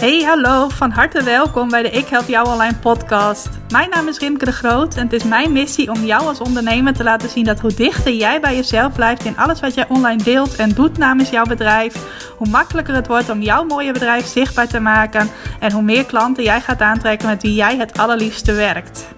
Hey, hallo, van harte welkom bij de Ik Help Jou Online podcast. Mijn naam is Rimke de Groot en het is mijn missie om jou als ondernemer te laten zien dat hoe dichter jij bij jezelf blijft in alles wat jij online deelt en doet namens jouw bedrijf, hoe makkelijker het wordt om jouw mooie bedrijf zichtbaar te maken en hoe meer klanten jij gaat aantrekken met wie jij het allerliefste werkt.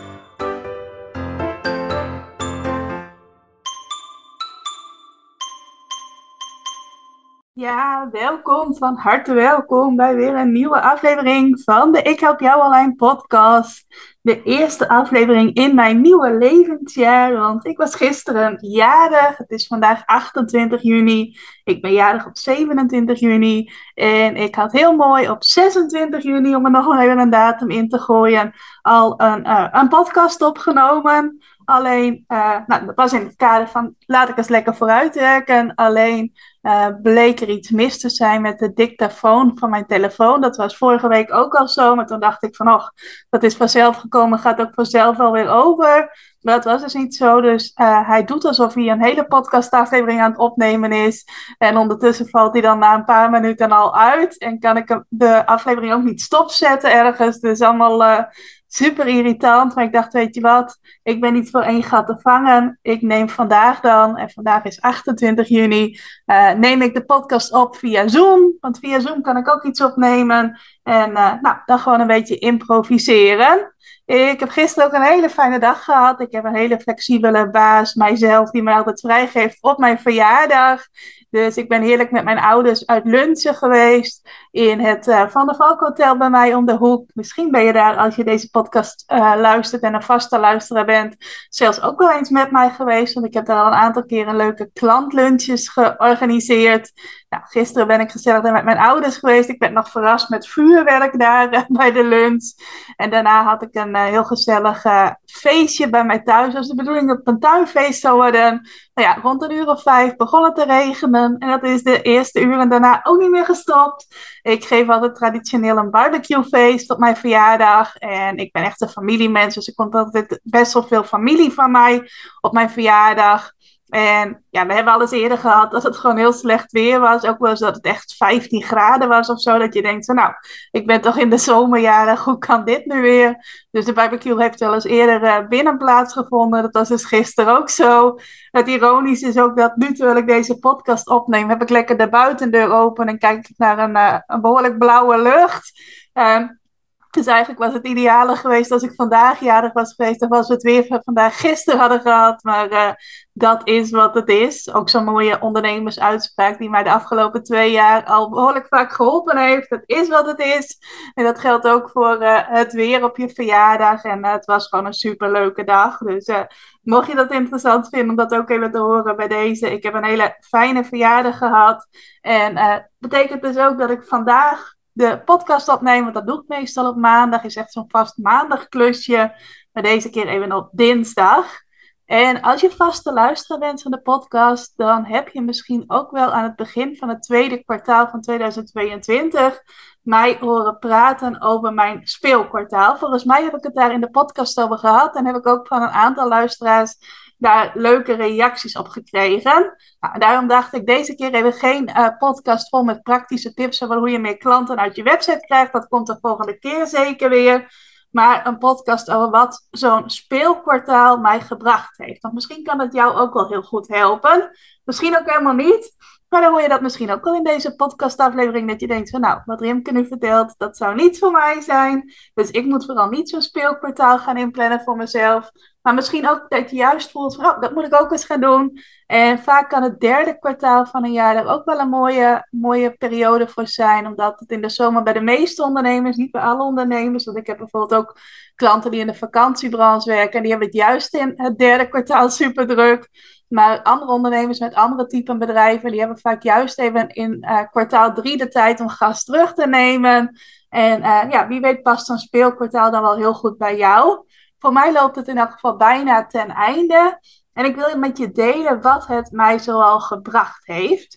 Ja, welkom, van harte welkom bij weer een nieuwe aflevering van de Ik Help Jou Online podcast. De eerste aflevering in mijn nieuwe levensjaar, want ik was gisteren jarig. Het is vandaag 28 juni. Ik ben jarig op 27 juni. En ik had heel mooi op 26 juni, om er nog even een datum in te gooien, al een podcast opgenomen. Alleen, dat was in het kader van laat ik eens lekker vooruitwerken. Alleen bleek er iets mis te zijn met de dictafoon van mijn telefoon. Dat was vorige week ook al zo, maar toen dacht ik van, dat is vanzelf gekomen, gaat ook vanzelf wel weer over. Maar dat was dus niet zo, dus hij doet alsof hij een hele podcastaflevering aan het opnemen is. En ondertussen valt hij dan na een paar minuten al uit. En kan ik de aflevering ook niet stopzetten ergens. Dus allemaal super irritant. Maar ik dacht, weet je wat, ik ben niet voor één gat te vangen. Ik neem vandaag dan, en vandaag is 28 juni, neem ik de podcast op via Zoom. Want via Zoom kan ik ook iets opnemen. En dan gewoon een beetje improviseren. Ik heb gisteren ook een hele fijne dag gehad. Ik heb een hele flexibele baas, mijzelf, die mij altijd vrijgeeft op mijn verjaardag. Dus ik ben heerlijk met mijn ouders uit lunchen geweest in het Van der Valk Hotel bij mij om de hoek. Misschien ben je daar, als je deze podcast luistert en een vaste luisteraar bent, zelfs ook wel eens met mij geweest. Want ik heb daar al een aantal keren leuke klantlunches georganiseerd. Nou, gisteren ben ik gezellig met mijn ouders geweest. Ik ben nog verrast met vuurwerk daar bij de lunch. En daarna had ik een heel gezellig feestje bij mij thuis. Het was de bedoeling dat het een tuinfeest zou worden. Nou ja, rond 5:00 begon het te regenen. En dat is de eerste uren daarna ook niet meer gestopt. Ik geef altijd traditioneel een barbecuefeest op mijn verjaardag. En ik ben echt een familiemens. Dus er komt altijd best wel veel familie van mij op mijn verjaardag. En ja, we hebben al eens eerder gehad dat het gewoon heel slecht weer was. Ook wel eens dat het echt 15 graden was of zo. Dat je denkt van ik ben toch in de zomerjaren, hoe kan dit nu weer? Dus de barbecue heeft wel eens eerder binnen plaatsgevonden. Dat was dus gisteren ook zo. Het ironische is ook dat nu, terwijl ik deze podcast opneem, heb ik lekker de buitendeur open en kijk ik naar een behoorlijk blauwe lucht. Dus eigenlijk was het idealer geweest als ik vandaag jarig was geweest. Of als we het weer van vandaag gisteren hadden gehad. Maar dat is wat het is. Ook zo'n mooie ondernemersuitspraak die mij de afgelopen 2 jaar al behoorlijk vaak geholpen heeft. Het is wat het is. En dat geldt ook voor het weer op je verjaardag. En het was gewoon een superleuke dag. Dus mocht je dat interessant vinden om dat ook even te horen bij deze. Ik heb een hele fijne verjaardag gehad. En betekent dus ook dat ik vandaag de podcast opnemen, want dat doe ik meestal op maandag. Is echt zo'n vast maandagklusje. Maar deze keer even op dinsdag. En als je vaste luisteraar bent van de podcast, dan heb je misschien ook wel aan het begin van het tweede kwartaal van 2022 mij horen praten over mijn speelkwartaal. Volgens mij heb ik het daar in de podcast over gehad en heb ik ook van een aantal luisteraars daar leuke reacties op gekregen. Nou, daarom dacht ik deze keer even geen podcast vol met praktische tips over hoe je meer klanten uit je website krijgt. Dat komt de volgende keer zeker weer. Maar een podcast over wat zo'n speelkwartaal mij gebracht heeft. Want misschien kan het jou ook wel heel goed helpen. Misschien ook helemaal niet. Maar dan hoor je dat misschien ook wel in deze podcastaflevering. Dat je denkt van wat Rimke nu vertelt, dat zou niet voor mij zijn. Dus ik moet vooral niet zo'n speelkwartaal gaan inplannen voor mezelf. Maar misschien ook dat je juist voelt van dat moet ik ook eens gaan doen. En vaak kan het derde kwartaal van een jaar er ook wel een mooie periode voor zijn. Omdat het in de zomer bij de meeste ondernemers, niet bij alle ondernemers. Want ik heb bijvoorbeeld ook klanten die in de vakantiebranche werken. En die hebben het juist in het derde kwartaal super druk. Maar andere ondernemers met andere typen bedrijven, die hebben vaak juist even in kwartaal 3 de tijd om gas terug te nemen. En wie weet past zo'n speelkwartaal dan wel heel goed bij jou. Voor mij loopt het in elk geval bijna ten einde. En ik wil met je delen wat het mij zoal gebracht heeft.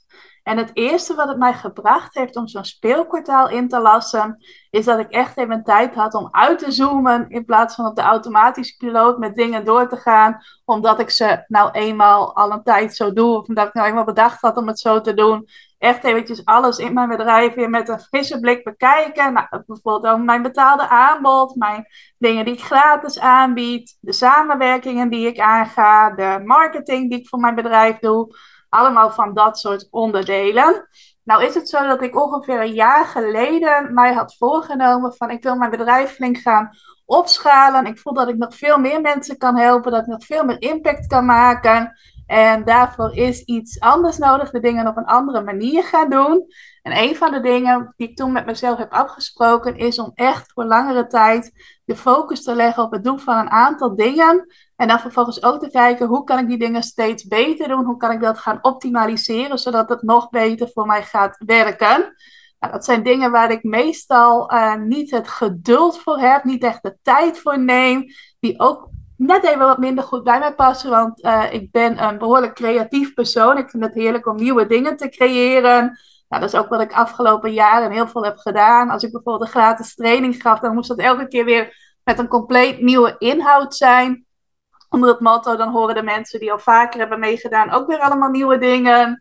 En het eerste wat het mij gebracht heeft om zo'n speelkwartaal in te lassen, is dat ik echt even tijd had om uit te zoomen in plaats van op de automatische piloot met dingen door te gaan, omdat ik ze nou eenmaal al een tijd zo doe, of omdat ik nou eenmaal bedacht had om het zo te doen. Echt eventjes alles in mijn bedrijf weer met een frisse blik bekijken. Nou, bijvoorbeeld ook mijn betaalde aanbod, mijn dingen die ik gratis aanbied, de samenwerkingen die ik aanga, de marketing die ik voor mijn bedrijf doe. Allemaal van dat soort onderdelen. Nou is het zo dat ik ongeveer een jaar geleden mij had voorgenomen van ik wil mijn bedrijf flink gaan opschalen. Ik voel dat ik nog veel meer mensen kan helpen, dat ik nog veel meer impact kan maken. En daarvoor is iets anders nodig, de dingen op een andere manier gaan doen. En een van de dingen die ik toen met mezelf heb afgesproken is om echt voor langere tijd de focus te leggen op het doen van een aantal dingen. En dan vervolgens ook te kijken, hoe kan ik die dingen steeds beter doen? Hoe kan ik dat gaan optimaliseren, zodat het nog beter voor mij gaat werken? Nou, dat zijn dingen waar ik meestal niet het geduld voor heb, niet echt de tijd voor neem, die ook net even wat minder goed bij mij passen, want ik ben een behoorlijk creatief persoon. Ik vind het heerlijk om nieuwe dingen te creëren. Nou, dat is ook wat ik afgelopen jaren heel veel heb gedaan. Als ik bijvoorbeeld een gratis training gaf, dan moest dat elke keer weer met een compleet nieuwe inhoud zijn. Onder het motto, dan horen de mensen die al vaker hebben meegedaan ook weer allemaal nieuwe dingen.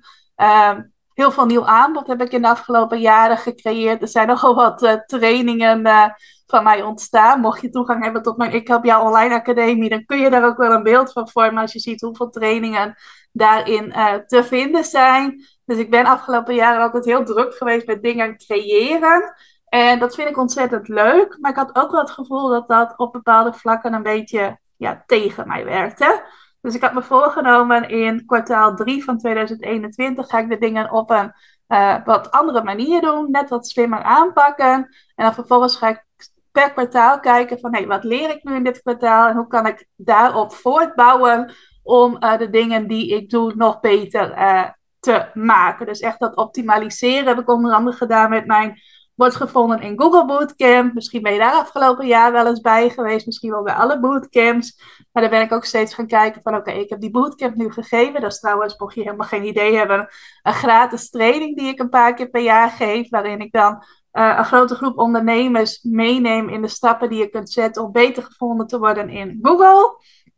Heel veel nieuw aanbod heb ik in de afgelopen jaren gecreëerd. Er zijn nogal wat trainingen van mij ontstaan. Mocht je toegang hebben tot mijn Ik Help Jou Online Academie, dan kun je daar ook wel een beeld van vormen als je ziet hoeveel trainingen daarin te vinden zijn. Dus ik ben afgelopen jaren altijd heel druk geweest met dingen creëren. En dat vind ik ontzettend leuk. Maar ik had ook wel het gevoel dat dat op bepaalde vlakken een beetje tegen mij werkte. Dus ik had me voorgenomen in kwartaal 3 van 2021 ga ik de dingen op een wat andere manier doen. Net wat slimmer aanpakken. En dan vervolgens ga ik per kwartaal kijken van hey, wat leer ik nu in dit kwartaal? En hoe kan ik daarop voortbouwen om de dingen die ik doe nog beter te maken. Dus echt dat optimaliseren heb ik onder andere gedaan met mijn wordt gevonden in Google Bootcamp. Misschien ben je daar afgelopen jaar wel eens bij geweest. Misschien wel bij alle bootcamps. Maar daar ben ik ook steeds gaan kijken van oké, ik heb die bootcamp nu gegeven. Dat is trouwens, mocht je helemaal geen idee hebben, een gratis training die ik een paar keer per jaar geef. Waarin ik dan een grote groep ondernemers meeneem in de stappen die je kunt zetten om beter gevonden te worden in Google.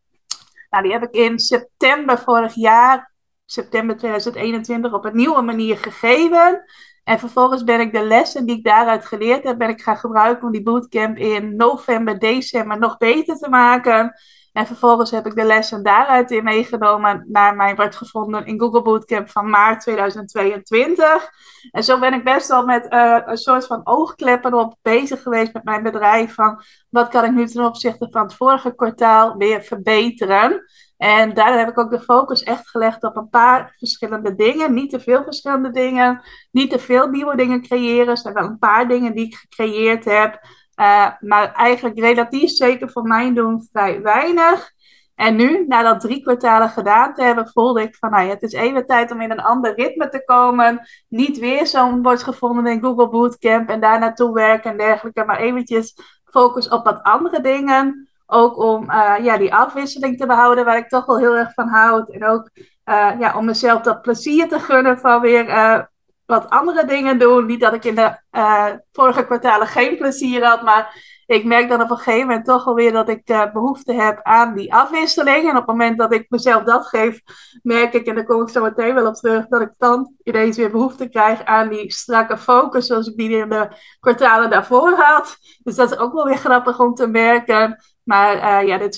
Nou, die heb ik in september vorig jaar, september 2021, op een nieuwe manier gegeven. En vervolgens ben ik de lessen die ik daaruit geleerd heb, ben ik gaan gebruiken om die bootcamp in november, december nog beter te maken. En vervolgens heb ik de lessen daaruit in meegenomen naar mijn wordt gevonden in Google Bootcamp van maart 2022. En zo ben ik best wel met een soort van oogkleppen op bezig geweest met mijn bedrijf. Van wat kan ik nu ten opzichte van het vorige kwartaal weer verbeteren? En daardoor heb ik ook de focus echt gelegd op een paar verschillende dingen. Niet te veel verschillende dingen. Niet te veel nieuwe dingen creëren. Er zijn wel een paar dingen die ik gecreëerd heb. Maar eigenlijk relatief zeker voor mijn doen vrij weinig. En nu, na dat 3 kwartalen gedaan te hebben, voelde ik van, nou ja, het is even tijd om in een ander ritme te komen. Niet weer zo'n wordt gevonden in Google Bootcamp en daar naartoe werken en dergelijke. Maar eventjes focus op wat andere dingen. Ook om die afwisseling te behouden, waar ik toch wel heel erg van houd. En ook om mezelf dat plezier te gunnen van weer wat andere dingen doen. Niet dat ik in de vorige kwartalen geen plezier had, maar ik merk dan op een gegeven moment toch alweer dat ik behoefte heb aan die afwisseling. En op het moment dat ik mezelf dat geef, merk ik, en daar kom ik zo meteen wel op terug, dat ik dan ineens weer behoefte krijg aan die strakke focus, zoals ik die in de kwartalen daarvoor had. Dus dat is ook wel weer grappig om te merken. Maar dit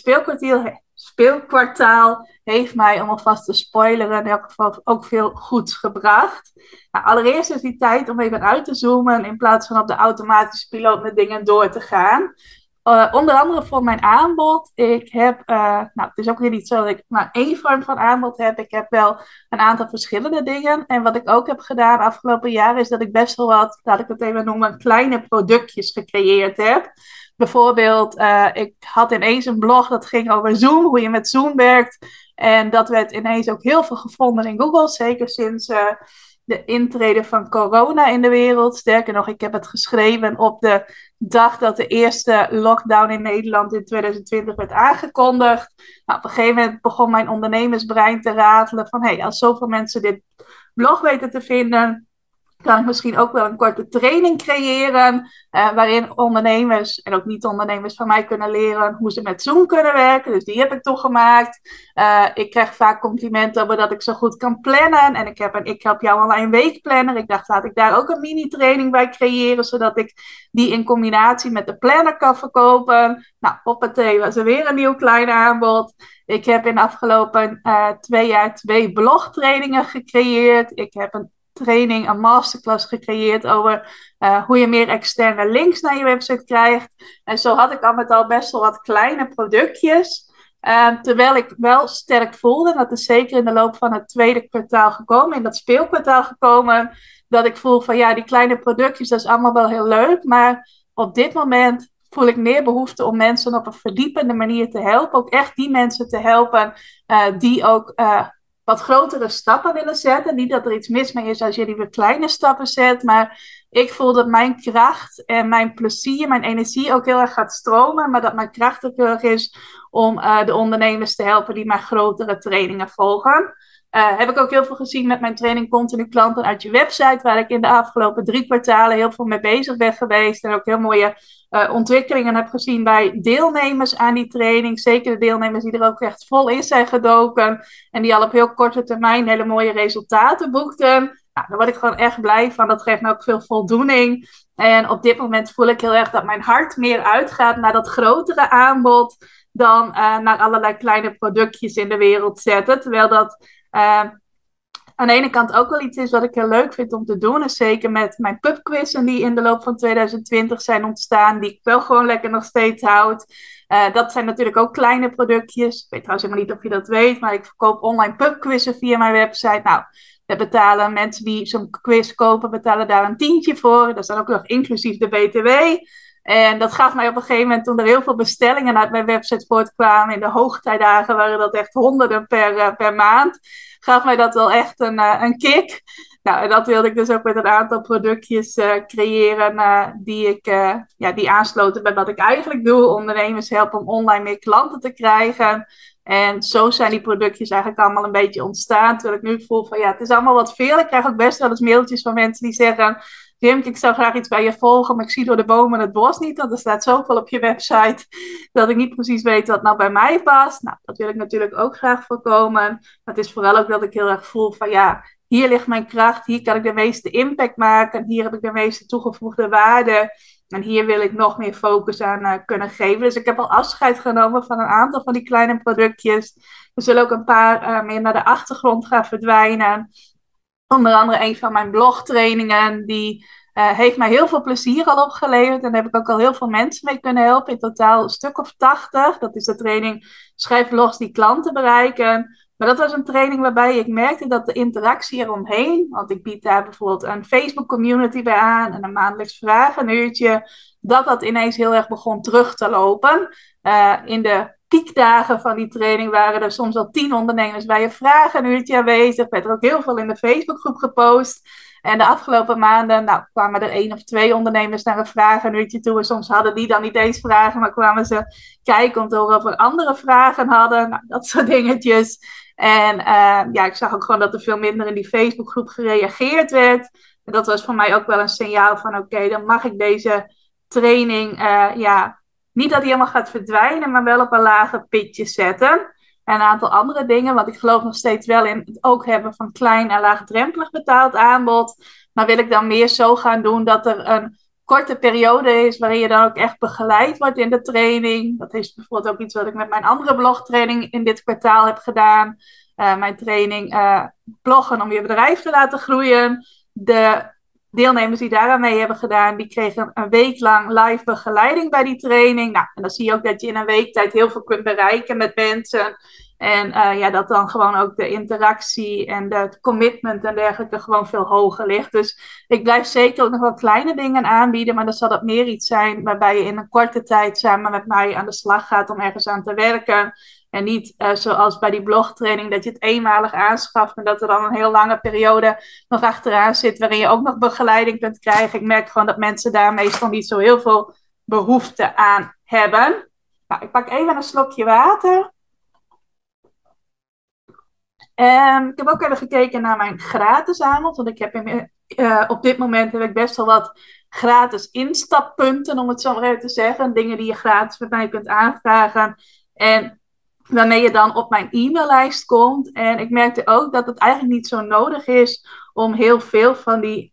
speelkwartaal heeft mij, om alvast te spoileren, in elk geval ook veel goeds gebracht. Nou, allereerst is die tijd om even uit te zoomen in plaats van op de automatische piloot met dingen door te gaan. Onder andere voor mijn aanbod. Ik heb, het is ook weer niet zo dat ik maar één vorm van aanbod heb. Ik heb wel een aantal verschillende dingen. En wat ik ook heb gedaan afgelopen jaar is dat ik best wel wat, laat ik het even noemen, kleine productjes gecreëerd heb. Bijvoorbeeld, ik had ineens een blog dat ging over Zoom, hoe je met Zoom werkt. En dat werd ineens ook heel veel gevonden in Google, zeker sinds de intrede van corona in de wereld. Sterker nog, ik heb het geschreven op de dag dat de eerste lockdown in Nederland in 2020 werd aangekondigd. Nou, op een gegeven moment begon mijn ondernemersbrein te ratelen van hey, als zoveel mensen dit blog weten te vinden, kan ik misschien ook wel een korte training creëren. Waarin ondernemers en ook niet-ondernemers van mij kunnen leren hoe ze met Zoom kunnen werken. Dus die heb ik toegemaakt. Ik krijg vaak complimenten over dat ik zo goed kan plannen. En ik heb een Ik Help Jou Online weekplanner. Ik dacht, laat ik daar ook een mini-training bij creëren. Zodat ik die in combinatie met de planner kan verkopen. Nou, hoppatee, was er weer een nieuw klein aanbod. Ik heb in de afgelopen 2 jaar 2 blogtrainingen gecreëerd. Ik heb een masterclass gecreëerd over hoe je meer externe links naar je website krijgt. En zo had ik al met al best wel wat kleine productjes. Terwijl ik wel sterk voelde, dat is zeker in de loop van het tweede kwartaal gekomen, in dat speelkwartaal gekomen, dat ik voel van ja, die kleine productjes, dat is allemaal wel heel leuk, maar op dit moment voel ik meer behoefte om mensen op een verdiepende manier te helpen. Ook echt die mensen te helpen die ook wat grotere stappen willen zetten. Niet dat er iets mis mee is als je die weer kleine stappen zet, maar ik voel dat mijn kracht en mijn plezier, mijn energie ook heel erg gaat stromen, maar dat mijn kracht ook heel erg is om de ondernemers te helpen die mijn grotere trainingen volgen. Heb ik ook heel veel gezien met mijn training Continu Klanten uit je website, waar ik in de afgelopen 3 kwartalen heel veel mee bezig ben geweest en ook heel mooie ontwikkelingen heb gezien bij deelnemers aan die training. Zeker de deelnemers die er ook echt vol in zijn gedoken en die al op heel korte termijn hele mooie resultaten boekten. Nou, daar word ik gewoon echt blij van. Dat geeft me ook veel voldoening. En op dit moment voel ik heel erg dat mijn hart meer uitgaat naar dat grotere aanbod dan naar allerlei kleine productjes in de wereld zetten. Terwijl dat aan de ene kant ook wel iets is wat ik heel leuk vind om te doen. En zeker met mijn pubquizzen die in de loop van 2020 zijn ontstaan. Die ik wel gewoon lekker nog steeds houd. Dat zijn natuurlijk ook kleine productjes. Ik weet trouwens helemaal niet of je dat weet. Maar ik verkoop online pubquizzen via mijn website. Nou, daar betalen mensen die zo'n quiz kopen, betalen daar een tientje voor. Dat is dan ook nog inclusief de BTW. En dat gaf mij op een gegeven moment, toen er heel veel bestellingen uit mijn website voortkwamen, in de hoogtijdagen waren dat echt honderden per maand, gaf mij dat wel echt een kick. Nou, en dat wilde ik dus ook met een aantal productjes creëren die aansloten bij wat ik eigenlijk doe. Ondernemers helpen om online meer klanten te krijgen. En zo zijn die productjes eigenlijk allemaal een beetje ontstaan. Terwijl ik nu voel van ja, het is allemaal wat veel. Ik krijg ook best wel eens mailtjes van mensen die zeggen: Jimke, ik zou graag iets bij je volgen, maar ik zie door de bomen het bos niet. Want er staat zoveel op je website dat ik niet precies weet wat nou bij mij past. Nou, dat wil ik natuurlijk ook graag voorkomen. Maar het is vooral ook dat ik heel erg voel van ja, hier ligt mijn kracht, hier kan ik de meeste impact maken, hier heb ik de meeste toegevoegde waarde. En hier wil ik nog meer focus aan kunnen geven. Dus ik heb al afscheid genomen van een aantal van die kleine productjes. Er zullen ook een paar meer naar de achtergrond gaan verdwijnen. Onder andere een van mijn blogtrainingen, die heeft mij heel veel plezier al opgeleverd. En daar heb ik ook al heel veel mensen mee kunnen helpen. In totaal een stuk of 80. Dat is de training Schrijf blogs die klanten bereiken. Maar dat was een training waarbij ik merkte dat de interactie eromheen, want ik bied daar bijvoorbeeld een Facebook community bij aan en een maandelijks vragenuurtje, dat ineens heel erg begon terug te lopen. In de piekdagen van die training waren er soms al 10 ondernemers bij een vragenuurtje aanwezig. Werd er ook heel veel in de Facebookgroep gepost. En de afgelopen maanden kwamen er 1 of 2 ondernemers naar een vragenuurtje toe. En soms hadden die dan niet eens vragen, maar kwamen ze kijken om te horen of er andere vragen hadden. Nou, dat soort dingetjes. En ik zag ook gewoon dat er veel minder in die Facebookgroep gereageerd werd. En dat was voor mij ook wel een signaal van oké, dan mag ik deze training, niet dat die helemaal gaat verdwijnen, maar wel op een lager pitje zetten. En een aantal andere dingen, want ik geloof nog steeds wel in het ook hebben van klein en laagdrempelig betaald aanbod. Maar wil ik dan meer zo gaan doen dat er een korte periode is waarin je dan ook echt begeleid wordt in de training. Dat is bijvoorbeeld ook iets wat ik met mijn andere blogtraining in dit kwartaal heb gedaan. Mijn training bloggen om je bedrijf te laten groeien. De deelnemers die daaraan mee hebben gedaan, die kregen een week lang live begeleiding bij die training. Nou, en dan zie je ook dat je in een week tijd heel veel kunt bereiken met mensen. En dat dan gewoon ook de interactie en het commitment en dergelijke gewoon veel hoger ligt. Dus ik blijf zeker ook nog wel kleine dingen aanbieden, maar dan zal dat meer iets zijn waarbij je in een korte tijd samen met mij aan de slag gaat om ergens aan te werken. En niet zoals bij die blogtraining dat je het eenmalig aanschaft en dat er dan een heel lange periode nog achteraan zit waarin je ook nog begeleiding kunt krijgen. Ik merk gewoon dat mensen daar meestal niet zo heel veel behoefte aan hebben. Nou, ik pak even een slokje water. Ik heb ook even gekeken naar mijn gratis aanbod. Want ik heb op dit moment heb ik best wel wat gratis instappunten, om het zo maar even te zeggen. Dingen die je gratis bij mij kunt aanvragen. En waarmee je dan op mijn e-maillijst komt. En ik merkte ook dat het eigenlijk niet zo nodig is om heel veel van die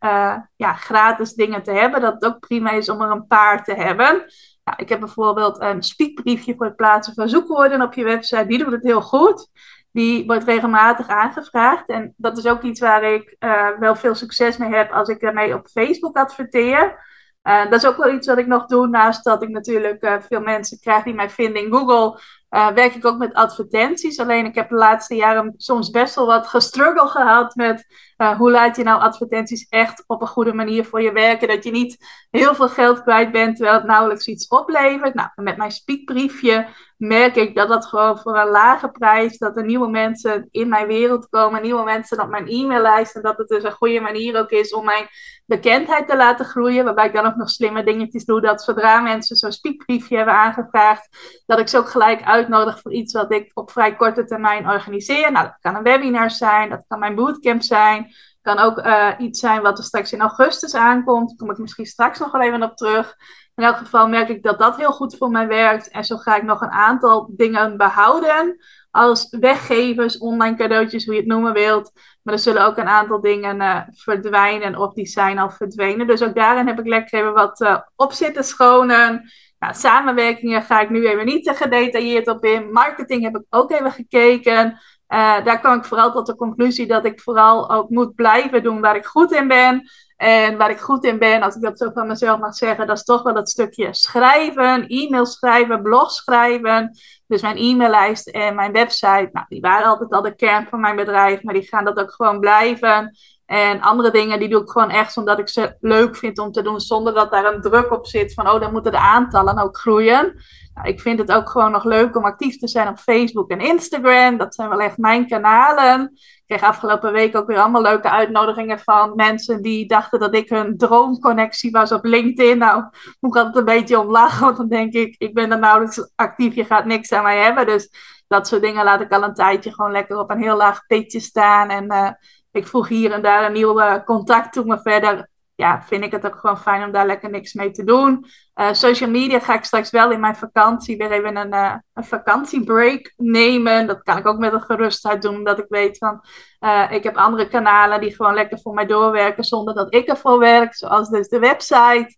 gratis dingen te hebben. Dat het ook prima is om er een paar te hebben. Nou, ik heb bijvoorbeeld een speakbriefje voor het plaatsen van zoekwoorden op je website. Die doet het heel goed. Die wordt regelmatig aangevraagd. En dat is ook iets waar ik wel veel succes mee heb als ik daarmee op Facebook adverteer. Dat is ook wel iets wat ik nog doe. Naast dat ik natuurlijk veel mensen krijg die mij vinden in Google, werk ik ook met advertenties. Alleen ik heb de laatste jaren soms best wel wat gestruggeld gehad met hoe laat je nou advertenties echt op een goede manier voor je werken. Dat je niet heel veel geld kwijt bent terwijl het nauwelijks iets oplevert. Nou, met mijn speakbriefje merk ik dat dat gewoon voor een lage prijs, dat er nieuwe mensen in mijn wereld komen, nieuwe mensen op mijn e-maillijst. En dat het dus een goede manier ook is om mijn bekendheid te laten groeien. Waarbij ik dan ook nog slimme dingetjes doe, dat zodra mensen zo'n speakbriefje hebben aangevraagd, dat ik ze ook gelijk uitnodig voor iets wat ik op vrij korte termijn organiseer. Nou, dat kan een webinar zijn, dat kan mijn bootcamp zijn. Kan ook iets zijn wat er straks in augustus aankomt. Daar kom ik misschien straks nog wel even op terug. In elk geval merk ik dat dat heel goed voor mij werkt. En zo ga ik nog een aantal dingen behouden. Als weggevers, online cadeautjes, hoe je het noemen wilt. Maar er zullen ook een aantal dingen verdwijnen of die zijn al verdwenen. Dus ook daarin heb ik lekker even wat op zitten schonen. Nou, samenwerkingen ga ik nu even niet te gedetailleerd op in. Marketing heb ik ook even gekeken. Daar kwam ik vooral tot de conclusie dat ik vooral ook moet blijven doen waar ik goed in ben. En waar ik goed in ben, als ik dat zo van mezelf mag zeggen, dat is toch wel dat stukje schrijven, e-mail schrijven, blog schrijven. Dus mijn e-maillijst en mijn website, nou, die waren altijd al de kern van mijn bedrijf, maar die gaan dat ook gewoon blijven. En andere dingen, die doe ik gewoon echt omdat ik ze leuk vind om te doen, zonder dat daar een druk op zit van, oh, dan moeten de aantallen ook groeien. Nou, ik vind het ook gewoon nog leuk om actief te zijn op Facebook en Instagram. Dat zijn wel echt mijn kanalen. Ik kreeg afgelopen week ook weer allemaal leuke uitnodigingen van mensen die dachten dat ik hun droomconnectie was op LinkedIn. Nou, moet ik altijd een beetje om lachen, want dan denk ik ben er nauwelijks actief, je gaat niks aan mij hebben. Dus dat soort dingen laat ik al een tijdje gewoon lekker op een heel laag pitje staan. En ik voeg hier en daar een nieuw contact toe, maar verder vind ik het ook gewoon fijn om daar lekker niks mee te doen. Social media ga ik straks wel in mijn vakantie weer even een vakantiebreak nemen. Dat kan ik ook met een gerustheid doen, omdat ik weet van ik heb andere kanalen die gewoon lekker voor mij doorwerken zonder dat ik ervoor werk, zoals dus de website.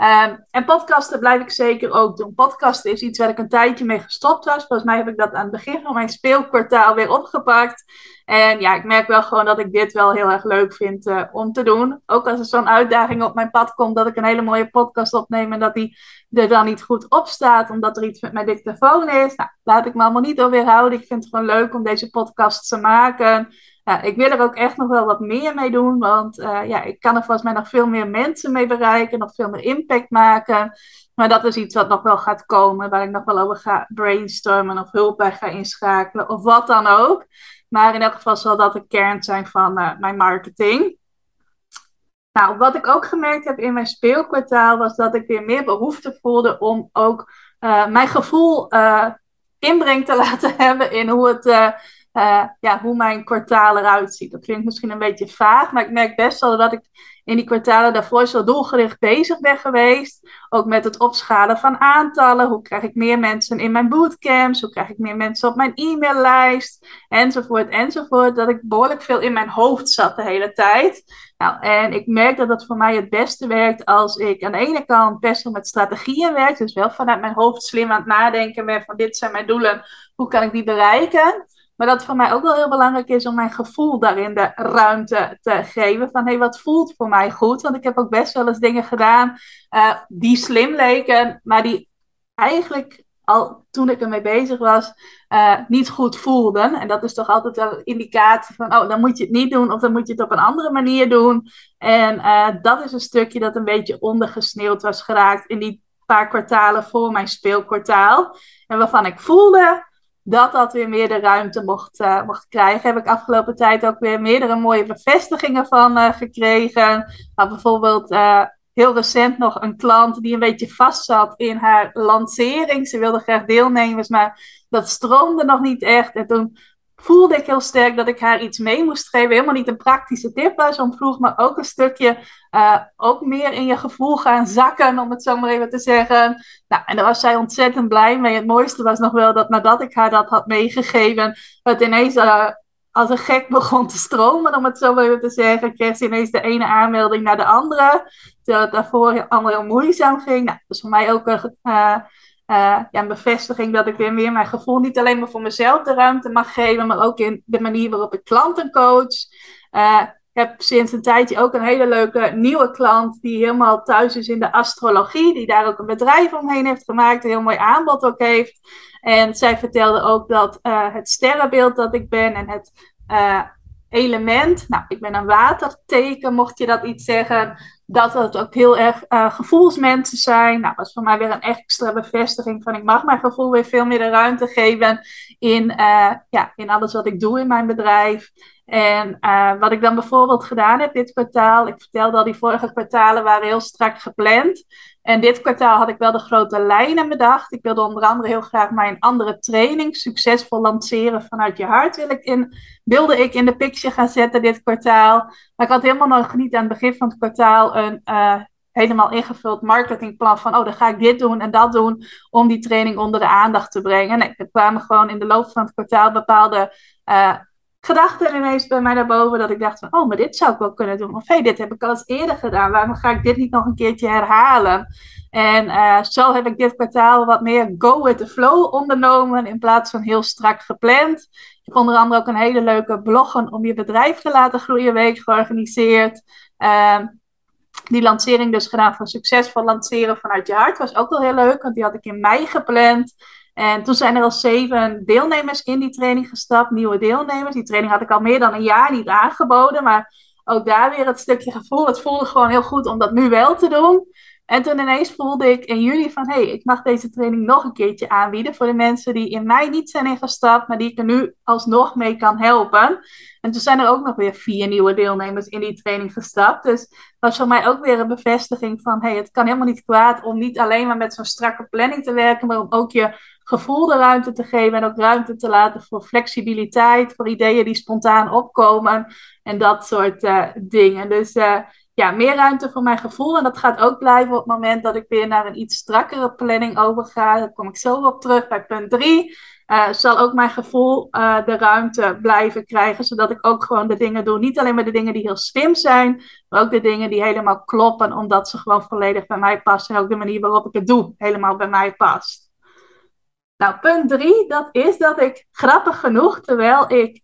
En podcasten blijf ik zeker ook doen. Podcasten is iets waar ik een tijdje mee gestopt was. Volgens mij heb ik dat aan het begin van mijn speelkwartaal weer opgepakt. En ja, ik merk wel gewoon dat ik dit wel heel erg leuk vind om te doen. Ook als er zo'n uitdaging op mijn pad komt dat ik een hele mooie podcast opneem en dat die er dan niet goed op staat, omdat er iets met mijn dictafoon is. Nou, laat ik me allemaal niet door weerhouden. Ik vind het gewoon leuk om deze podcast te maken. Ik wil er ook echt nog wel wat meer mee doen, want ik kan er volgens mij nog veel meer mensen mee bereiken, nog veel meer impact maken. Maar dat is iets wat nog wel gaat komen, waar ik nog wel over ga brainstormen of hulp bij ga inschakelen of wat dan ook. Maar in elk geval zal dat de kern zijn van mijn marketing. Nou, wat ik ook gemerkt heb in mijn speelkwartaal was dat ik weer meer behoefte voelde om ook mijn gevoel inbreng te laten hebben in hoe mijn kwartaal eruit ziet. Dat klinkt misschien een beetje vaag, maar ik merk best wel dat ik in die kwartalen daarvoor zo doelgericht bezig ben geweest. Ook met het opschalen van aantallen. Hoe krijg ik meer mensen in mijn bootcamps? Hoe krijg ik meer mensen op mijn e-maillijst? Enzovoort, enzovoort. Dat ik behoorlijk veel in mijn hoofd zat de hele tijd. Nou, en ik merk dat dat voor mij het beste werkt als ik aan de ene kant best wel met strategieën werk. Dus wel vanuit mijn hoofd slim aan het nadenken ben van dit zijn mijn doelen. Hoe kan ik die bereiken? Maar dat het voor mij ook wel heel belangrijk is om mijn gevoel daarin de ruimte te geven. Van hé, wat voelt voor mij goed? Want ik heb ook best wel eens dingen gedaan die slim leken, maar die eigenlijk al toen ik ermee bezig was, niet goed voelden. En dat is toch altijd een indicatie van, oh, dan moet je het niet doen of dan moet je het op een andere manier doen. En dat is een stukje dat een beetje ondergesneeuwd was geraakt in die paar kwartalen voor mijn speelkwartaal. En waarvan ik voelde dat dat weer meer de ruimte mocht krijgen. Heb ik afgelopen tijd ook weer meerdere mooie bevestigingen van gekregen. Maar bijvoorbeeld heel recent nog een klant die een beetje vast zat in haar lancering. Ze wilde graag deelnemers, maar dat stroomde nog niet echt. En toen voelde ik heel sterk dat ik haar iets mee moest geven. Helemaal niet een praktische tip waar ze om vroeg, maar ook een stukje ook meer in je gevoel gaan zakken, om het zo maar even te zeggen. Nou, en daar was zij ontzettend blij mee. Het mooiste was nog wel dat nadat ik haar dat had meegegeven, het ineens als een gek begon te stromen, om het zo maar even te zeggen. Kreeg ze ineens de ene aanmelding naar de andere, terwijl het daarvoor allemaal heel moeizaam ging. Nou, dus voor mij ook een bevestiging dat ik weer meer mijn gevoel niet alleen maar voor mezelf de ruimte mag geven, maar ook in de manier waarop ik klanten coach. Ik heb sinds een tijdje ook een hele leuke nieuwe klant die helemaal thuis is in de astrologie, die daar ook een bedrijf omheen heeft gemaakt, een heel mooi aanbod ook heeft. En zij vertelde ook dat het sterrenbeeld dat ik ben en het element, nou, ik ben een waterteken, mocht je dat iets zeggen, dat het ook heel erg gevoelsmensen zijn. Nou, dat was voor mij weer een extra bevestiging van ik mag mijn gevoel weer veel meer de ruimte geven in alles wat ik doe in mijn bedrijf. En wat ik dan bijvoorbeeld gedaan heb dit kwartaal, ik vertelde al, die vorige kwartalen waren heel strak gepland. En dit kwartaal had ik wel de grote lijnen bedacht. Ik wilde onder andere heel graag mijn andere training, succesvol lanceren vanuit je hart, wilde ik in de picture gaan zetten dit kwartaal. Maar ik had helemaal nog niet aan het begin van het kwartaal een helemaal ingevuld marketingplan van, dan ga ik dit doen en dat doen om die training onder de aandacht te brengen. Nee, er kwamen gewoon in de loop van het kwartaal bepaalde gedachten ineens bij mij naar boven, dat ik dacht van, maar dit zou ik wel kunnen doen. Of dit heb ik al eens eerder gedaan. Waarom ga ik dit niet nog een keertje herhalen? En zo heb ik dit kwartaal wat meer go with the flow ondernomen in plaats van heel strak gepland. Ik heb onder andere ook een hele leuke bloggen om je bedrijf te laten groeien week georganiseerd. Die lancering dus gedaan van succesvol lanceren vanuit je hart. Was ook wel heel leuk, want die had ik in mei gepland. En toen zijn er al 7 deelnemers in die training gestapt, nieuwe deelnemers. Die training had ik al meer dan een jaar niet aangeboden, maar ook daar weer het stukje gevoel. Het voelde gewoon heel goed om dat nu wel te doen. En toen ineens voelde ik in juli van, ik mag deze training nog een keertje aanbieden voor de mensen die in mei niet zijn ingestapt, maar die ik er nu alsnog mee kan helpen. En toen zijn er ook nog weer 4 nieuwe deelnemers in die training gestapt. Dus dat was voor mij ook weer een bevestiging van, het kan helemaal niet kwaad om niet alleen maar met zo'n strakke planning te werken, maar om ook je gevoel de ruimte te geven en ook ruimte te laten voor flexibiliteit, voor ideeën die spontaan opkomen en dat soort dingen. Dus meer ruimte voor mijn gevoel. En dat gaat ook blijven op het moment dat ik weer naar een iets strakkere planning overga. Daar kom ik zo op terug bij punt 3. Zal ook mijn gevoel de ruimte blijven krijgen, zodat ik ook gewoon de dingen doe. Niet alleen maar de dingen die heel slim zijn, maar ook de dingen die helemaal kloppen, omdat ze gewoon volledig bij mij passen. En ook de manier waarop ik het doe helemaal bij mij past. Nou, punt 3, dat is dat ik grappig genoeg, terwijl ik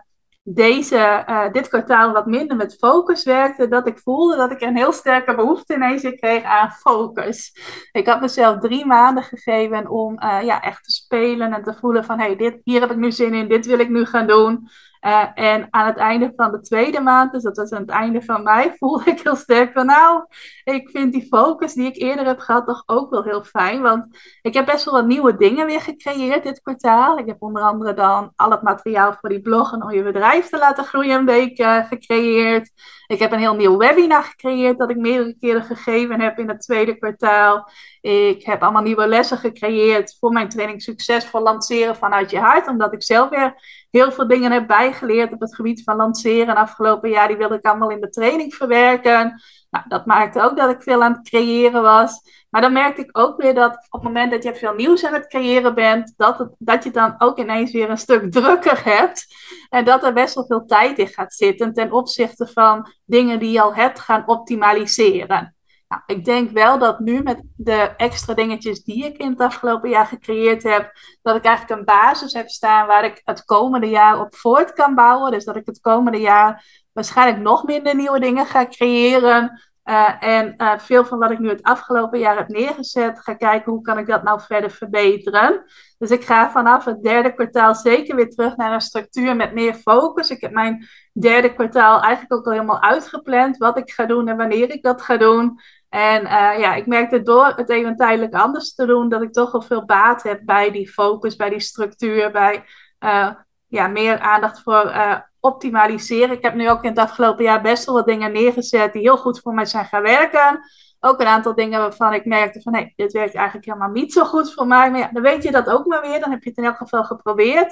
dit kwartaal wat minder met focus werkte, dat ik voelde dat ik een heel sterke behoefte ineens kreeg aan focus. Ik had mezelf 3 maanden gegeven om echt te spelen en te voelen van, hier heb ik nu zin in, dit wil ik nu gaan doen. En aan het einde van de 2e maand, dus dat was aan het einde van mei, voelde ik heel sterk van, ik vind die focus die ik eerder heb gehad toch ook wel heel fijn. Want ik heb best wel wat nieuwe dingen weer gecreëerd dit kwartaal. Ik heb onder andere dan al het materiaal voor die blog en om je bedrijf te laten groeien een week gecreëerd. Ik heb een heel nieuw webinar gecreëerd dat ik meerdere keren gegeven heb in het 2e kwartaal. Ik heb allemaal nieuwe lessen gecreëerd voor mijn training succesvol lanceren vanuit je hart. Omdat ik zelf weer heel veel dingen heb bijgeleerd op het gebied van lanceren. Afgelopen jaar die wilde ik allemaal in de training verwerken. Nou, dat maakte ook dat ik veel aan het creëren was. Maar dan merkte ik ook weer dat op het moment dat je veel nieuws aan het creëren bent, dat je dan ook ineens weer een stuk drukker hebt. En dat er best wel veel tijd in gaat zitten ten opzichte van dingen die je al hebt gaan optimaliseren. Nou, ik denk wel dat nu met de extra dingetjes die ik in het afgelopen jaar gecreëerd heb, dat ik eigenlijk een basis heb staan waar ik het komende jaar op voort kan bouwen. Dus dat ik het komende jaar waarschijnlijk nog minder nieuwe dingen ga creëren. En veel van wat ik nu het afgelopen jaar heb neergezet, ga kijken hoe kan ik dat nou verder verbeteren. Dus ik ga vanaf het 3e kwartaal zeker weer terug naar een structuur met meer focus. Ik heb mijn 3e kwartaal eigenlijk ook al helemaal uitgepland wat ik ga doen en wanneer ik dat ga doen. En ik merkte door het even tijdelijk anders te doen, dat ik toch wel veel baat heb bij die focus, bij die structuur, bij meer aandacht voor optimaliseren. Ik heb nu ook in het afgelopen jaar best wel wat dingen neergezet die heel goed voor mij zijn gaan werken. Ook een aantal dingen waarvan ik merkte van, dit werkt eigenlijk helemaal niet zo goed voor mij. Maar dan weet je dat ook maar weer. Dan heb je het in elk geval geprobeerd.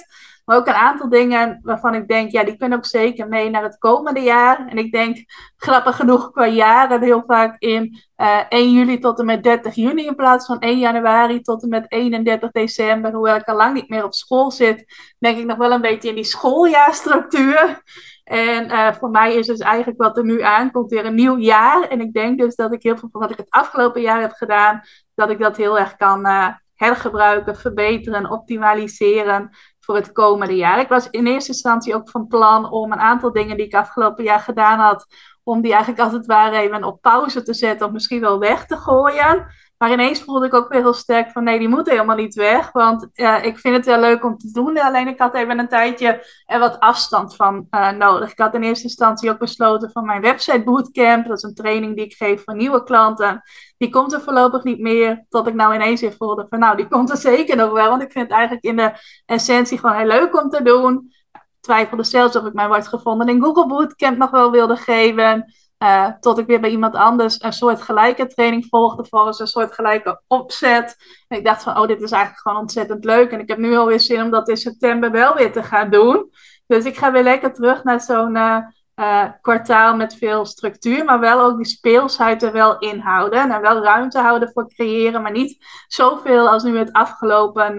Maar ook een aantal dingen waarvan ik denk, ja, die kunnen ook zeker mee naar het komende jaar. En ik denk, grappig genoeg, qua jaren heel vaak in 1 juli tot en met 30 juni in plaats van 1 januari tot en met 31 december. Hoewel ik al lang niet meer op school zit, denk ik nog wel een beetje in die schooljaarstructuur. En voor mij is dus eigenlijk wat er nu aankomt weer een nieuw jaar. En ik denk dus dat ik heel veel van wat ik het afgelopen jaar heb gedaan, dat ik dat heel erg kan hergebruiken, verbeteren, optimaliseren voor het komende jaar. Ik was in eerste instantie ook van plan om een aantal dingen die ik afgelopen jaar gedaan had, om die eigenlijk als het ware even op pauze te zetten of misschien wel weg te gooien. Maar ineens voelde ik ook weer heel sterk van nee, die moeten helemaal niet weg. Want ik vind het wel leuk om te doen. Alleen ik had even een tijdje er wat afstand van nodig. Ik had in eerste instantie ook besloten van mijn website bootcamp. Dat is een training die ik geef voor nieuwe klanten. Die komt er voorlopig niet meer. Tot ik nou ineens weer voelde van nou, die komt er zeker nog wel. Want ik vind het eigenlijk in de essentie gewoon heel leuk om te doen. Twijfelde zelfs of ik mij wordt gevonden in Google Bootcamp nog wel wilde geven. Tot ik weer bij iemand anders een soort gelijke training volgde volgens een soort gelijke opzet. En ik dacht van, oh, dit is eigenlijk gewoon ontzettend leuk. En ik heb nu alweer zin om dat in september wel weer te gaan doen. Dus ik ga weer lekker terug naar zo'n kwartaal met veel structuur. Maar wel ook die speelsheid er wel in houden. En wel ruimte houden voor creëren. Maar niet zoveel als nu het afgelopen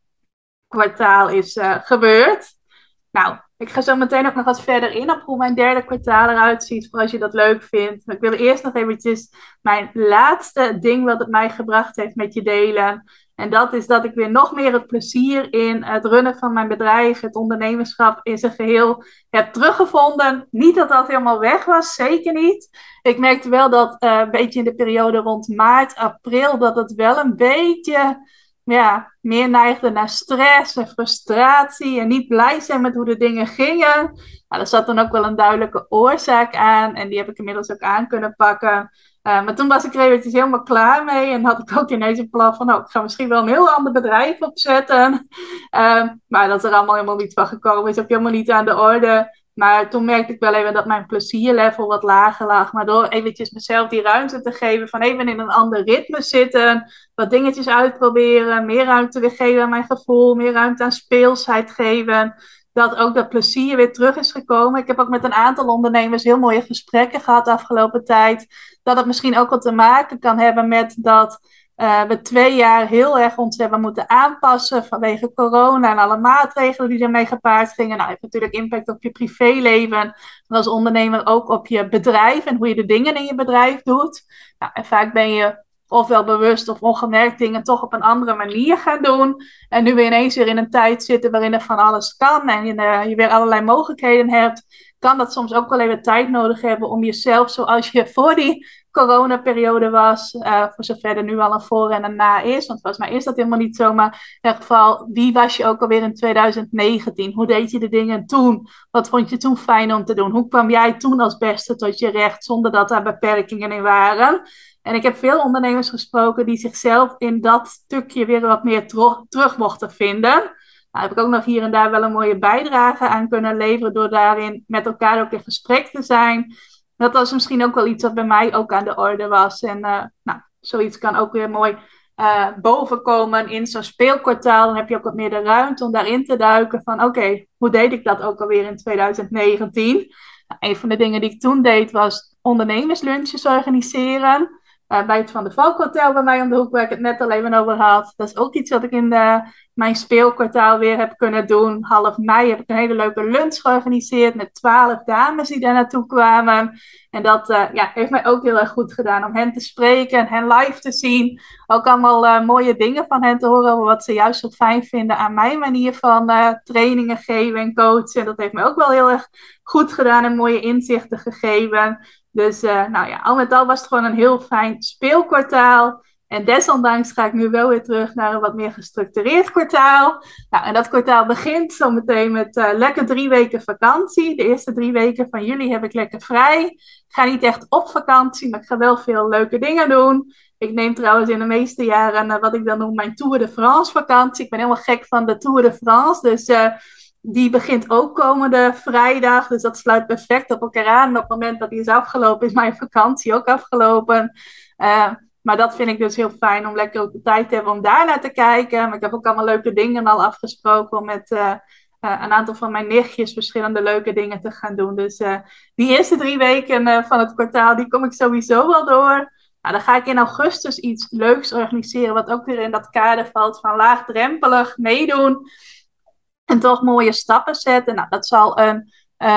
kwartaal is gebeurd. Nou, ik ga zo meteen ook nog wat verder in op hoe mijn derde kwartaal eruit ziet, voor als je dat leuk vindt. Maar ik wil eerst nog eventjes mijn laatste ding wat het mij gebracht heeft met je delen. En dat is dat ik weer nog meer het plezier in het runnen van mijn bedrijf, het ondernemerschap in zijn geheel heb teruggevonden. Niet dat dat helemaal weg was, zeker niet. Ik merkte wel dat een beetje in de periode rond maart, april, dat het wel een beetje meer neigde naar stress en frustratie en niet blij zijn met hoe de dingen gingen. Nou, er zat dan ook wel een duidelijke oorzaak aan en die heb ik inmiddels ook aan kunnen pakken. Maar toen was ik er eventjes helemaal klaar mee en had ik ook ineens een plan van, oh, ik ga misschien wel een heel ander bedrijf opzetten. Maar dat is er allemaal helemaal niet van gekomen, is ook helemaal niet aan de orde. Maar toen merkte ik wel even dat mijn plezierlevel wat lager lag. Maar door eventjes mezelf die ruimte te geven van even in een ander ritme zitten, wat dingetjes uitproberen, meer ruimte weer geven aan mijn gevoel, meer ruimte aan speelsheid geven, dat ook dat plezier weer terug is gekomen. Ik heb ook met een aantal ondernemers heel mooie gesprekken gehad de afgelopen tijd, dat het misschien ook wat te maken kan hebben met dat we 2 jaar heel erg ons hebben moeten aanpassen vanwege corona en alle maatregelen die ermee gepaard gingen. Nou, heeft natuurlijk impact op je privéleven, maar als ondernemer ook op je bedrijf en hoe je de dingen in je bedrijf doet. Nou, en vaak ben je ofwel bewust of ongemerkt dingen toch op een andere manier gaan doen. En nu we ineens weer in een tijd zitten waarin er van alles kan en je weer allerlei mogelijkheden hebt, kan dat soms ook wel even tijd nodig hebben om jezelf, zoals je voor die coronaperiode was, voor zover er nu al een voor en een na is, want volgens mij is dat helemaal niet zo, maar in ieder geval, wie was je ook alweer in 2019? Hoe deed je de dingen toen? Wat vond je toen fijn om te doen? Hoe kwam jij toen als beste tot je recht, zonder dat daar beperkingen in waren? En ik heb veel ondernemers gesproken die zichzelf in dat stukje weer wat meer terug mochten vinden. Nou, heb ik ook nog hier en daar wel een mooie bijdrage aan kunnen leveren door daarin met elkaar ook in gesprek te zijn. Dat was misschien ook wel iets wat bij mij ook aan de orde was. En nou, zoiets kan ook weer mooi bovenkomen in zo'n speelkwartaal. Dan heb je ook wat meer de ruimte om daarin te duiken van oké, hoe deed ik dat ook alweer in 2019? Nou, een van de dingen die ik toen deed was ondernemerslunches organiseren. Bij het Van de Valk Hotel bij mij om de hoek, waar ik het net al even over had. Dat is ook iets wat ik in mijn speelkwartaal weer heb kunnen doen. Half mei heb ik een hele leuke lunch georganiseerd met 12 dames die daar naartoe kwamen. En dat heeft mij ook heel erg goed gedaan om hen te spreken en hen live te zien. Ook allemaal mooie dingen van hen te horen over wat ze juist zo fijn vinden aan mijn manier van trainingen geven en coachen. En dat heeft mij ook wel heel erg goed gedaan en mooie inzichten gegeven. Dus nou ja, al met al was het gewoon een heel fijn speelkwartaal. En desondanks ga ik nu wel weer terug naar een wat meer gestructureerd kwartaal. Nou, en dat kwartaal begint zometeen met lekker 3 weken vakantie. De eerste 3 weken van juli heb ik lekker vrij. Ik ga niet echt op vakantie, maar ik ga wel veel leuke dingen doen. Ik neem trouwens in de meeste jaren wat ik dan noem mijn Tour de France vakantie. Ik ben helemaal gek van de Tour de France, dus die begint ook komende vrijdag. Dus dat sluit perfect op elkaar aan. En op het moment dat die is afgelopen, is mijn vakantie ook afgelopen. Maar dat vind ik dus heel fijn om lekker ook de tijd te hebben om daar naar te kijken. Maar ik heb ook allemaal leuke dingen al afgesproken om met een aantal van mijn nichtjes verschillende leuke dingen te gaan doen. Dus die eerste 3 weken van het kwartaal, die kom ik sowieso wel door. Nou, dan ga ik in augustus iets leuks organiseren, wat ook weer in dat kader valt van laagdrempelig meedoen. En toch mooie stappen zetten. Nou, dat zal een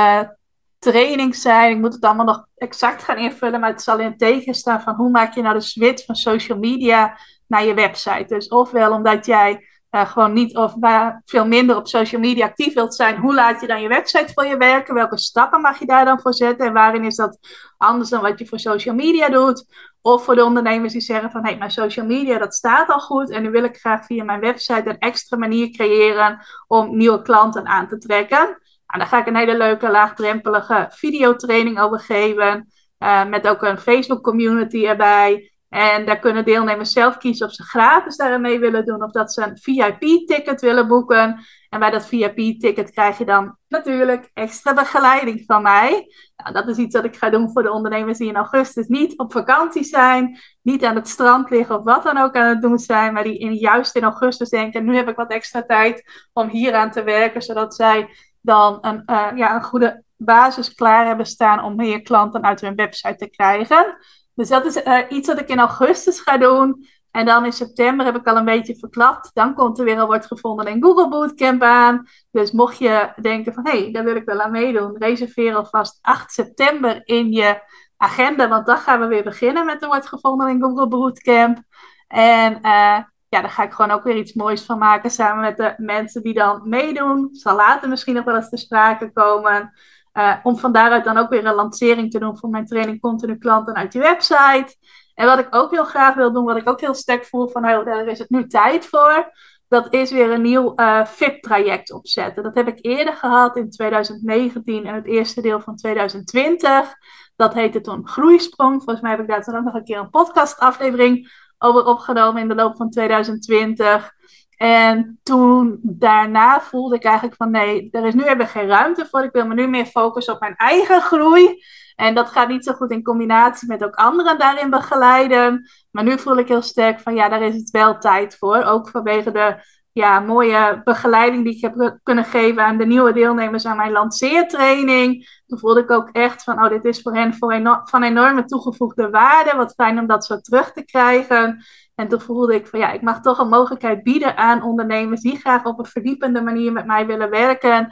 training zijn. Ik moet het allemaal nog exact gaan invullen, maar het zal in het teken staan van hoe maak je nou de switch van social media naar je website. Dus ofwel omdat jij gewoon niet of veel minder op social media actief wilt zijn, hoe laat je dan je website voor je werken? Welke stappen mag je daar dan voor zetten? En waarin is dat anders dan wat je voor social media doet? Of voor de ondernemers die zeggen van, hey, mijn social media, dat staat al goed. En nu wil ik graag via mijn website een extra manier creëren om nieuwe klanten aan te trekken. Nou, daar ga ik een hele leuke laagdrempelige videotraining over geven. Met ook een Facebook community erbij. En daar kunnen deelnemers zelf kiezen of ze gratis daarin mee willen doen. Of dat ze een VIP-ticket willen boeken. En bij dat VIP-ticket krijg je dan natuurlijk extra begeleiding van mij. Nou, dat is iets wat ik ga doen voor de ondernemers die in augustus niet op vakantie zijn. Niet aan het strand liggen of wat dan ook aan het doen zijn. Maar die juist in augustus denken, nu heb ik wat extra tijd om hier aan te werken. Zodat zij dan een goede basis klaar hebben staan om meer klanten uit hun website te krijgen. Dus dat is iets wat ik in augustus ga doen. En dan in september heb ik al een beetje verklapt. Dan komt er weer een Wordt Gevonden in Google Bootcamp aan. Dus mocht je denken van, hé, daar wil ik wel aan meedoen. Reserveer alvast 8 september in je agenda. Want dan gaan we weer beginnen met de Wordt Gevonden in Google Bootcamp. En daar ga ik gewoon ook weer iets moois van maken. Samen met de mensen die dan meedoen. Zal later misschien nog wel eens te sprake komen. Om van daaruit dan ook weer een lancering te doen voor mijn training Continu Klanten uit je website. En wat ik ook heel graag wil doen, wat ik ook heel sterk voel van, nou, daar is het nu tijd voor. Dat is weer een nieuw VIP-traject opzetten. Dat heb ik eerder gehad in 2019 en het eerste deel van 2020. Dat heette toen Groeisprong. Volgens mij heb ik daar toen ook nog een keer een podcastaflevering over opgenomen in de loop van 2020. En toen daarna voelde ik eigenlijk van, nee, er is nu even geen ruimte voor. Ik wil me nu meer focussen op mijn eigen groei. En dat gaat niet zo goed in combinatie met ook anderen daarin begeleiden. Maar nu voel ik heel sterk van, ja, daar is het wel tijd voor. Ook vanwege de mooie begeleiding die ik heb kunnen geven aan de nieuwe deelnemers aan mijn lanceertraining. Toen voelde ik ook echt van, dit is voor hen van enorme toegevoegde waarde. Wat fijn om dat zo terug te krijgen. En toen voelde ik van, ik mag toch een mogelijkheid bieden aan ondernemers die graag op een verdiepende manier met mij willen werken.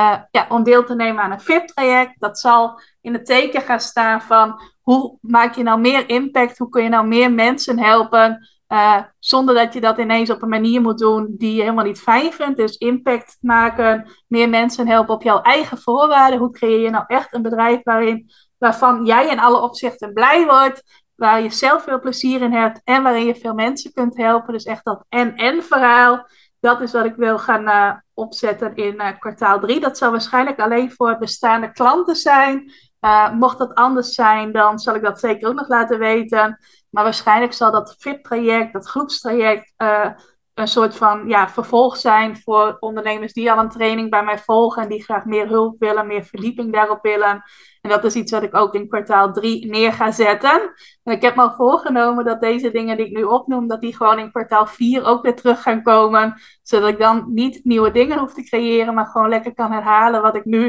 Om deel te nemen aan een VIP-traject. Dat zal in het teken gaan staan van, hoe maak je nou meer impact? Hoe kun je nou meer mensen helpen? Zonder dat je dat ineens op een manier moet doen die je helemaal niet fijn vindt. Dus impact maken, meer mensen helpen op jouw eigen voorwaarden. Hoe creëer je nou echt een bedrijf waarvan jij in alle opzichten blij wordt, waar je zelf veel plezier in hebt en waarin je veel mensen kunt helpen. Dus echt dat en verhaal. Dat is wat ik wil gaan opzetten in kwartaal 3. Dat zal waarschijnlijk alleen voor bestaande klanten zijn. Mocht dat anders zijn, dan zal ik dat zeker ook nog laten weten. Maar waarschijnlijk zal dat VIP-traject, dat groepstraject, een soort van vervolg zijn voor ondernemers die al een training bij mij volgen en die graag meer hulp willen, meer verdieping daarop willen. En dat is iets wat ik ook in kwartaal 3 neer ga zetten. En ik heb me al voorgenomen dat deze dingen die ik nu opnoem, dat die gewoon in kwartaal 4 ook weer terug gaan komen. Zodat ik dan niet nieuwe dingen hoef te creëren, maar gewoon lekker kan herhalen wat ik nu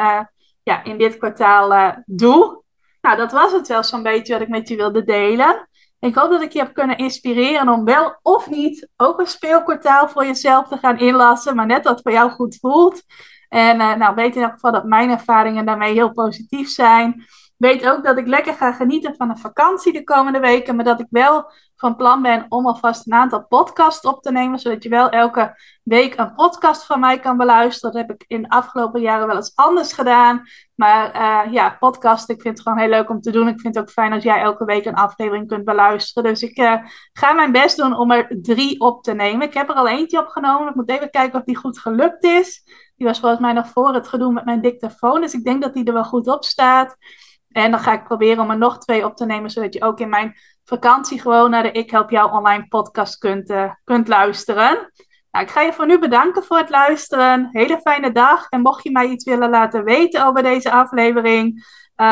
in dit kwartaal doe. Nou, dat was het wel zo'n beetje wat ik met je wilde delen. Ik hoop dat ik je heb kunnen inspireren om wel of niet ook een speelkwartaal voor jezelf te gaan inlassen, maar net wat voor jou goed voelt. En weet in elk geval dat mijn ervaringen daarmee heel positief zijn. Weet ook dat ik lekker ga genieten van een vakantie de komende weken, maar dat ik wel van plan ben om alvast een aantal podcasts op te nemen, zodat je wel elke week een podcast van mij kan beluisteren. Dat heb ik in de afgelopen jaren wel eens anders gedaan. Maar podcast, ik vind het gewoon heel leuk om te doen. Ik vind het ook fijn als jij elke week een aflevering kunt beluisteren. Dus ik ga mijn best doen om er 3 op te nemen. Ik heb er al eentje opgenomen. Ik moet even kijken of die goed gelukt is. Die was volgens mij nog voor het gedoe met mijn dictafoon. Dus ik denk dat die er wel goed op staat. En dan ga ik proberen om er nog 2 op te nemen, zodat je ook in mijn vakantie gewoon naar de Ik Help Jou online podcast kunt luisteren. Nou, ik ga je voor nu bedanken voor het luisteren. Hele fijne dag. En mocht je mij iets willen laten weten over deze aflevering,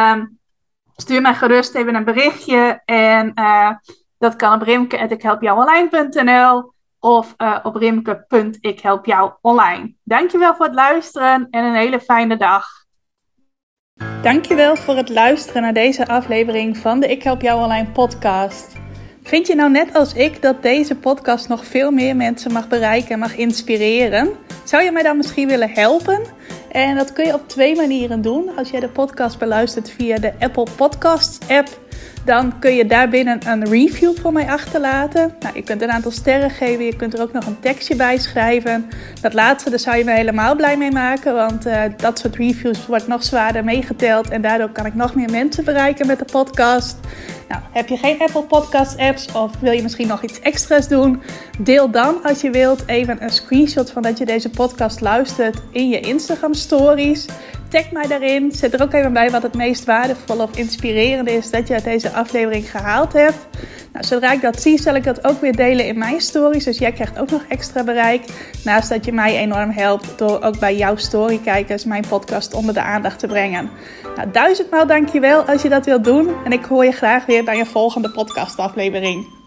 stuur mij gerust even een berichtje. En dat kan op rimke@ikhelpjouonline.nl. of op rimke.ikhelpjouonline. Dankjewel voor het luisteren en een hele fijne dag. Dankjewel voor het luisteren naar deze aflevering van de Ik Help Jou Online podcast. Vind je nou net als ik dat deze podcast nog veel meer mensen mag bereiken en mag inspireren? Zou je mij dan misschien willen helpen? En dat kun je op 2 manieren doen. Als jij de podcast beluistert via de Apple Podcasts app, dan kun je daarbinnen een review voor mij achterlaten. Nou, je kunt een aantal sterren geven, je kunt er ook nog een tekstje bij schrijven. Dat laatste, daar zou je me helemaal blij mee maken, want dat soort reviews wordt nog zwaarder meegeteld en daardoor kan ik nog meer mensen bereiken met de podcast. Nou, heb je geen Apple Podcast apps of wil je misschien nog iets extra's doen? Deel dan, als je wilt, even een screenshot van dat je deze podcast luistert in je Instagram stories. Tag mij daarin. Zet er ook even bij wat het meest waardevolle of inspirerende is dat je uit deze aflevering gehaald hebt. Nou, zodra ik dat zie, zal ik dat ook weer delen in mijn stories. Dus jij krijgt ook nog extra bereik. Naast dat je mij enorm helpt door ook bij jouw storykijkers mijn podcast onder de aandacht te brengen. Nou, 1000 maal dankjewel als je dat wilt doen. En ik hoor je graag weer bij een volgende podcastaflevering.